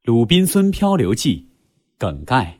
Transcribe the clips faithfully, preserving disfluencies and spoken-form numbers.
鲁滨孙漂流记梗概。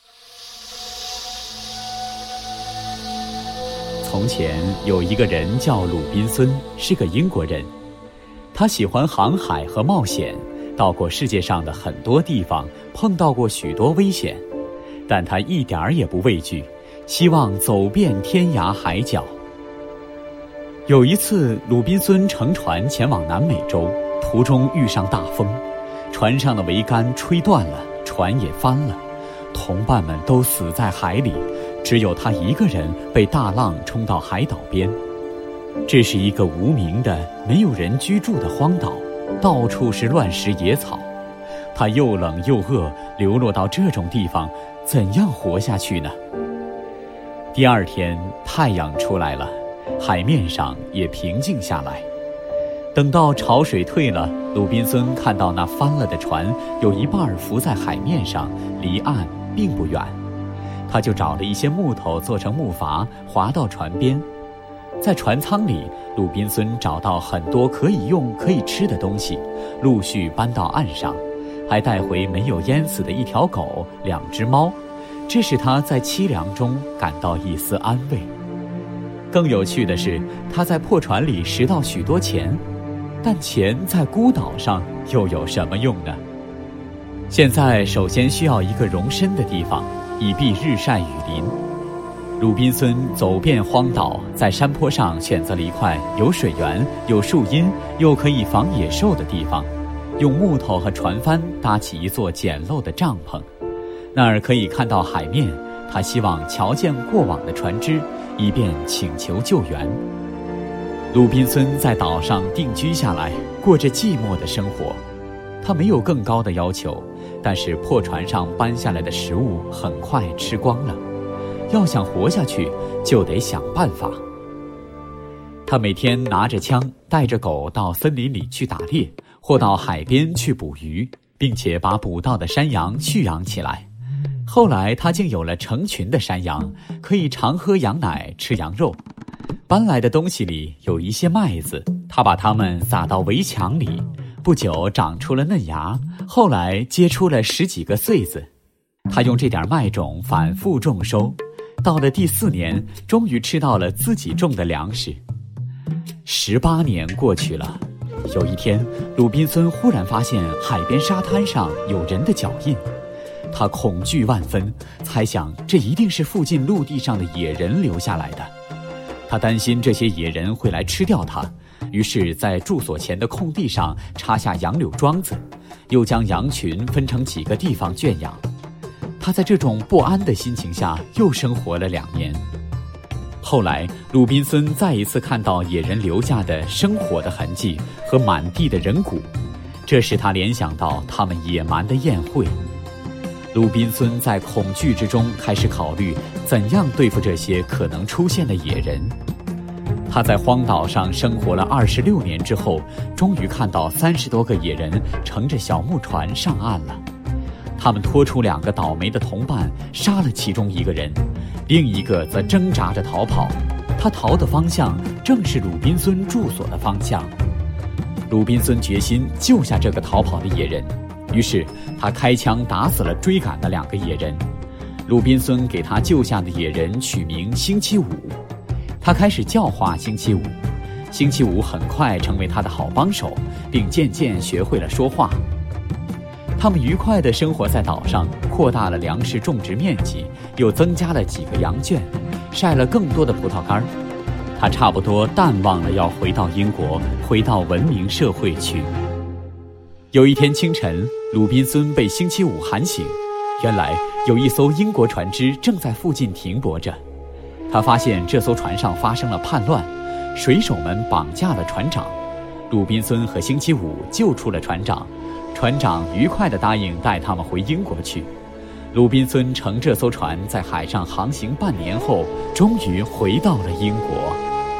从前有一个人叫鲁滨孙，是个英国人。他喜欢航海和冒险，到过世界上的很多地方，碰到过许多危险，但他一点儿也不畏惧，希望走遍天涯海角。有一次，鲁滨孙乘船前往南美洲，途中遇上大风，船上的桅杆吹断了，船也翻了，同伴们都死在海里，只有他一个人被大浪冲到海岛边。这是一个无名的、没有人居住的荒岛，到处是乱石野草。他又冷又饿，流落到这种地方，怎样活下去呢？第二天，太阳出来了，海面上也平静下来。等到潮水退了，鲁滨孙看到那翻了的船有一半浮在海面上，离岸并不远。他就找了一些木头做成木筏，划到船边。在船舱里，鲁滨孙找到很多可以用可以吃的东西，陆续搬到岸上，还带回没有淹死的一条狗、两只猫，这使他在凄凉中感到一丝安慰。更有趣的是，他在破船里拾到许多钱，但钱在孤岛上又有什么用呢？现在首先需要一个容身的地方，以避日晒雨淋。鲁滨孙走遍荒岛，在山坡上选择了一块有水源、有树荫，又可以防野兽的地方，用木头和船帆搭起一座简陋的帐篷。那儿可以看到海面，他希望瞧见过往的船只，以便请求救援。鲁滨孙在岛上定居下来，过着寂寞的生活。他没有更高的要求，但是破船上搬下来的食物很快吃光了。要想活下去，就得想办法。他每天拿着枪，带着狗到森林里去打猎，或到海边去捕鱼，并且把捕到的山羊蓄养起来。后来他竟有了成群的山羊，可以常喝羊奶，吃羊肉。搬来的东西里有一些麦子，他把它们撒到围墙里，不久长出了嫩芽，后来结出了十几个穗子。他用这点麦种反复种收，到了第四年，终于吃到了自己种的粮食。十八年过去了，有一天，鲁滨孙忽然发现海边沙滩上有人的脚印，他恐惧万分，猜想这一定是附近陆地上的野人留下来的。他担心这些野人会来吃掉他，于是在住所前的空地上插下杨柳桩子，又将羊群分成几个地方圈养。他在这种不安的心情下又生活了两年。后来，鲁滨孙再一次看到野人留下的生火的痕迹和满地的人骨，这使他联想到他们野蛮的宴会。鲁滨孙在恐惧之中开始考虑怎样对付这些可能出现的野人。他在荒岛上生活了二十六年之后，终于看到三十多个野人乘着小木船上岸了。他们拖出两个倒霉的同伴，杀了其中一个人，另一个则挣扎着逃跑。他逃的方向正是鲁滨孙住所的方向。鲁滨孙决心救下这个逃跑的野人，于是他开枪打死了追赶的两个野人。鲁滨孙给他救下的野人取名星期五，他开始教化星期五。星期五很快成为他的好帮手，并渐渐学会了说话。他们愉快地生活在岛上，扩大了粮食种植面积，又增加了几个羊圈，晒了更多的葡萄干。他差不多淡忘了要回到英国，回到文明社会去。有一天清晨，鲁滨孙被星期五喊醒，原来有一艘英国船只正在附近停泊着。他发现这艘船上发生了叛乱，水手们绑架了船长。鲁滨孙和星期五救出了船长，船长愉快地答应带他们回英国去。鲁滨孙乘这艘船在海上航行半年后，终于回到了英国。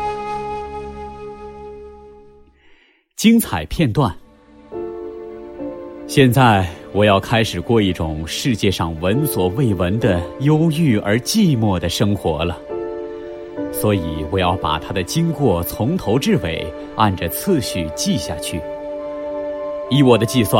精彩片段。现在我要开始过一种世界上闻所未闻的忧郁而寂寞的生活了。所以我要把它的经过从头至尾按着次序记下去。依我的计算，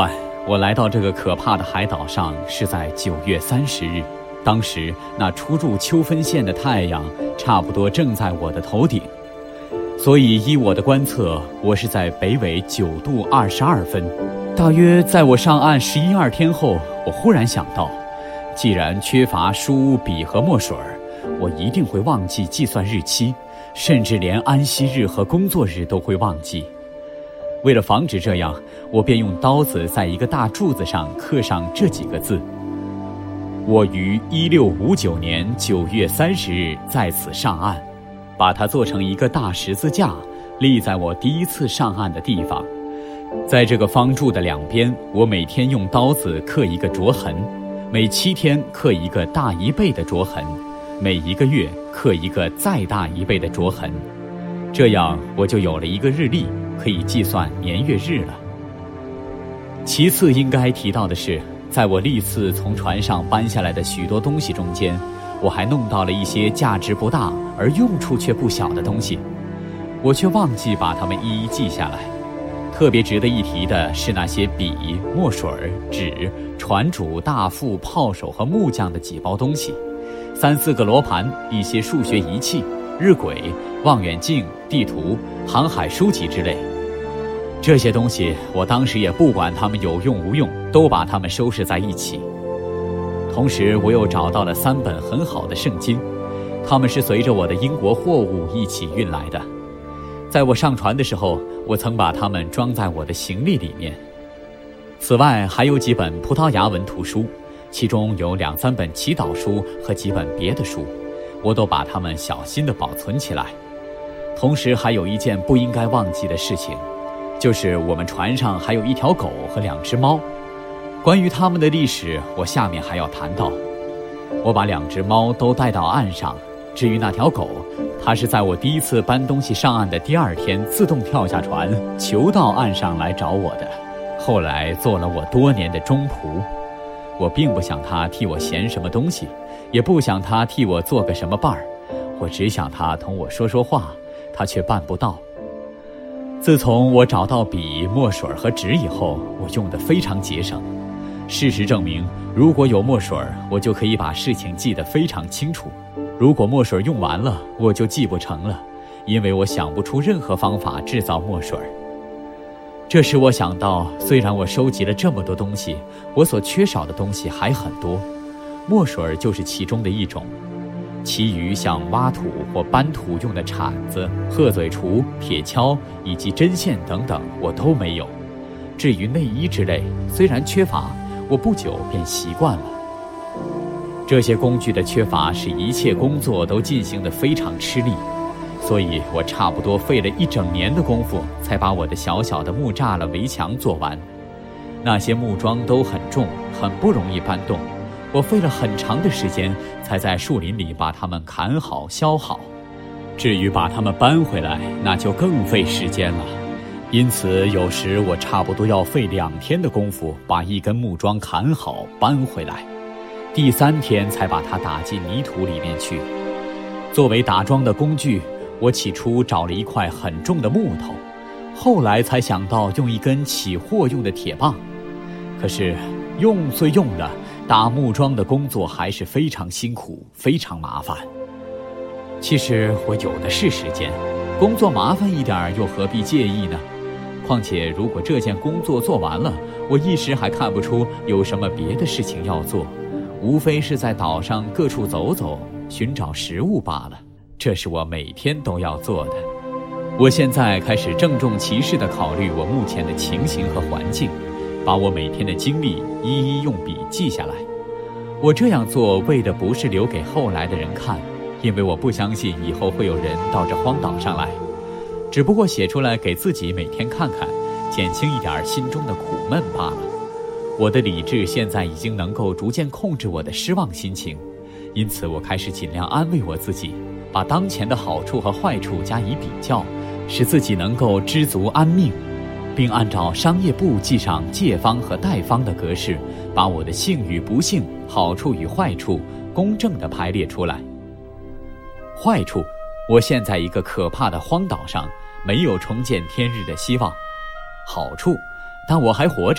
我来到这个可怕的海岛上是在九月三十日，当时那出入秋分线的太阳差不多正在我的头顶，所以依我的观测，我是在北纬九度二十二分。大约在我上岸十一二天后，我忽然想到，既然缺乏书、笔和墨水，我一定会忘记计算日期，甚至连安息日和工作日都会忘记。为了防止这样，我便用刀子在一个大柱子上刻上这几个字：我于一六五九年九月三十日在此上岸，把它做成一个大十字架，立在我第一次上岸的地方。在这个方柱的两边，我每天用刀子刻一个着痕，每七天刻一个大一倍的着痕，每一个月刻一个再大一倍的着痕。这样我就有了一个日历，可以计算年月日了。其次应该提到的是，在我历次从船上搬下来的许多东西中间，我还弄到了一些价值不大而用处却不小的东西，我却忘记把它们一一记下来。特别值得一提的是那些笔、墨水、纸、船主、大副、炮手和木匠的几包东西，三四个罗盘，一些数学仪器、日晷、望远镜、地图、航海书籍之类。这些东西我当时也不管它们有用无用，都把它们收拾在一起。同时我又找到了三本很好的圣经，它们是随着我的英国货物一起运来的。在我上船的时候，我曾把它们装在我的行李里面。此外还有几本葡萄牙文图书，其中有两三本祈祷书和几本别的书，我都把它们小心地保存起来。同时还有一件不应该忘记的事情，就是我们船上还有一条狗和两只猫。关于它们的历史，我下面还要谈到。我把两只猫都带到岸上，至于那条狗，它是在我第一次搬东西上岸的第二天自动跳下船，求到岸上来找我的，后来做了我多年的中仆。我并不想它替我衔什么东西，也不想它替我做个什么伴儿，我只想它同我说说话，它却办不到。自从我找到笔、墨水和纸以后，我用得非常节省。事实证明，如果有墨水，我就可以把事情记得非常清楚；如果墨水用完了，我就记不成了，因为我想不出任何方法制造墨水。这时我想到，虽然我收集了这么多东西，我所缺少的东西还很多，墨水就是其中的一种。其余像挖土或搬土用的铲子、鹤嘴锄、铁锹以及针线等等，我都没有。至于内衣之类，虽然缺乏，我不久便习惯了。这些工具的缺乏使一切工作都进行得非常吃力，所以我差不多费了一整年的功夫，才把我的小小的木栅栏围墙做完。那些木桩都很重，很不容易搬动，我费了很长的时间，才在树林里把它们砍好、削好。至于把它们搬回来，那就更费时间了。因此，有时我差不多要费两天的功夫，把一根木桩砍好、搬回来。第三天才把它打进泥土里面去。作为打桩的工具，我起初找了一块很重的木头，后来才想到用一根起货用的铁棒。可是用虽用了，打木桩的工作还是非常辛苦，非常麻烦。其实我有的是时间，工作麻烦一点又何必介意呢？况且如果这件工作做完了，我一时还看不出有什么别的事情要做，无非是在岛上各处走走，寻找食物罢了。这是我每天都要做的。我现在开始郑重其事地考虑我目前的情形和环境，把我每天的经历一一用笔记下来。我这样做为的不是留给后来的人看，因为我不相信以后会有人到这荒岛上来，只不过写出来给自己每天看看，减轻一点心中的苦闷罢了。我的理智现在已经能够逐渐控制我的失望心情，因此我开始尽量安慰我自己，把当前的好处和坏处加以比较，使自己能够知足安命，并按照商业部记上借方和贷方的格式，把我的幸与不幸、好处与坏处公正地排列出来。坏处，我现在一个可怕的荒岛上，没有重见天日的希望。好处，但我还活着，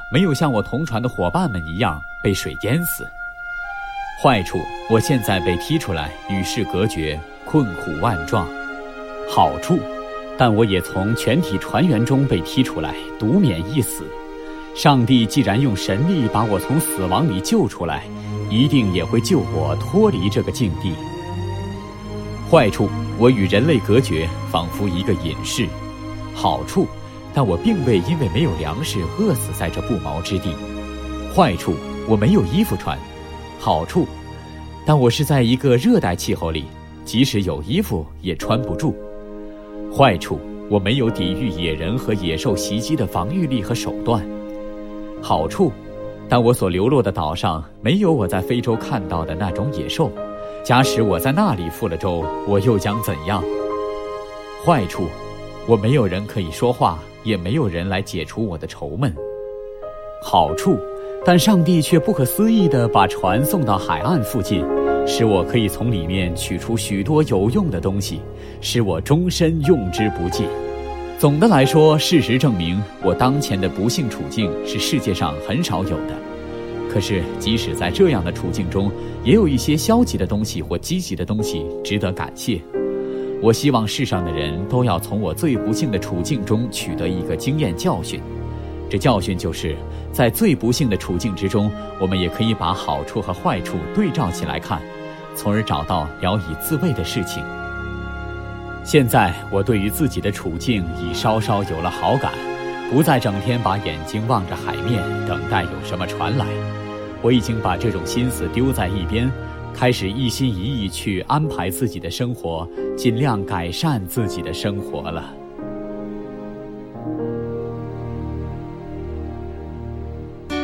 没有像我同船的伙伴们一样被水淹死。坏处，我现在被踢出来，与世隔绝，困苦万状。好处，但我也从全体船员中被踢出来，独免一死。上帝既然用神力把我从死亡里救出来，一定也会救我脱离这个境地。坏处，我与人类隔绝，仿佛一个隐士。好处，但我并未因为没有粮食饿死在这不毛之地。坏处，我没有衣服穿。好处，但我是在一个热带气候里，即使有衣服也穿不住。坏处，我没有抵御野人和野兽袭击的防御力和手段。好处，但我所流落的岛上没有我在非洲看到的那种野兽，假使我在那里覆了舟，我又将怎样？坏处，我没有人可以说话，也没有人来解除我的愁闷。好处，但上帝却不可思议地把船送到海岸附近，使我可以从里面取出许多有用的东西，使我终身用之不尽。总的来说，事实证明我当前的不幸处境是世界上很少有的。可是即使在这样的处境中，也有一些消极的东西或积极的东西值得感谢。我希望世上的人都要从我最不幸的处境中取得一个经验教训。这教训就是在最不幸的处境之中，我们也可以把好处和坏处对照起来看，从而找到聊以自慰的事情。现在我对于自己的处境已稍稍有了好感，不再整天把眼睛望着海面，等待有什么传来。我已经把这种心思丢在一边，开始一心一意去安排自己的生活，尽量改善自己的生活了。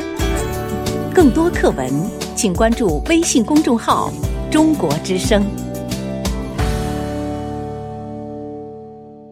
更多课文，请关注微信公众号“中国之声”。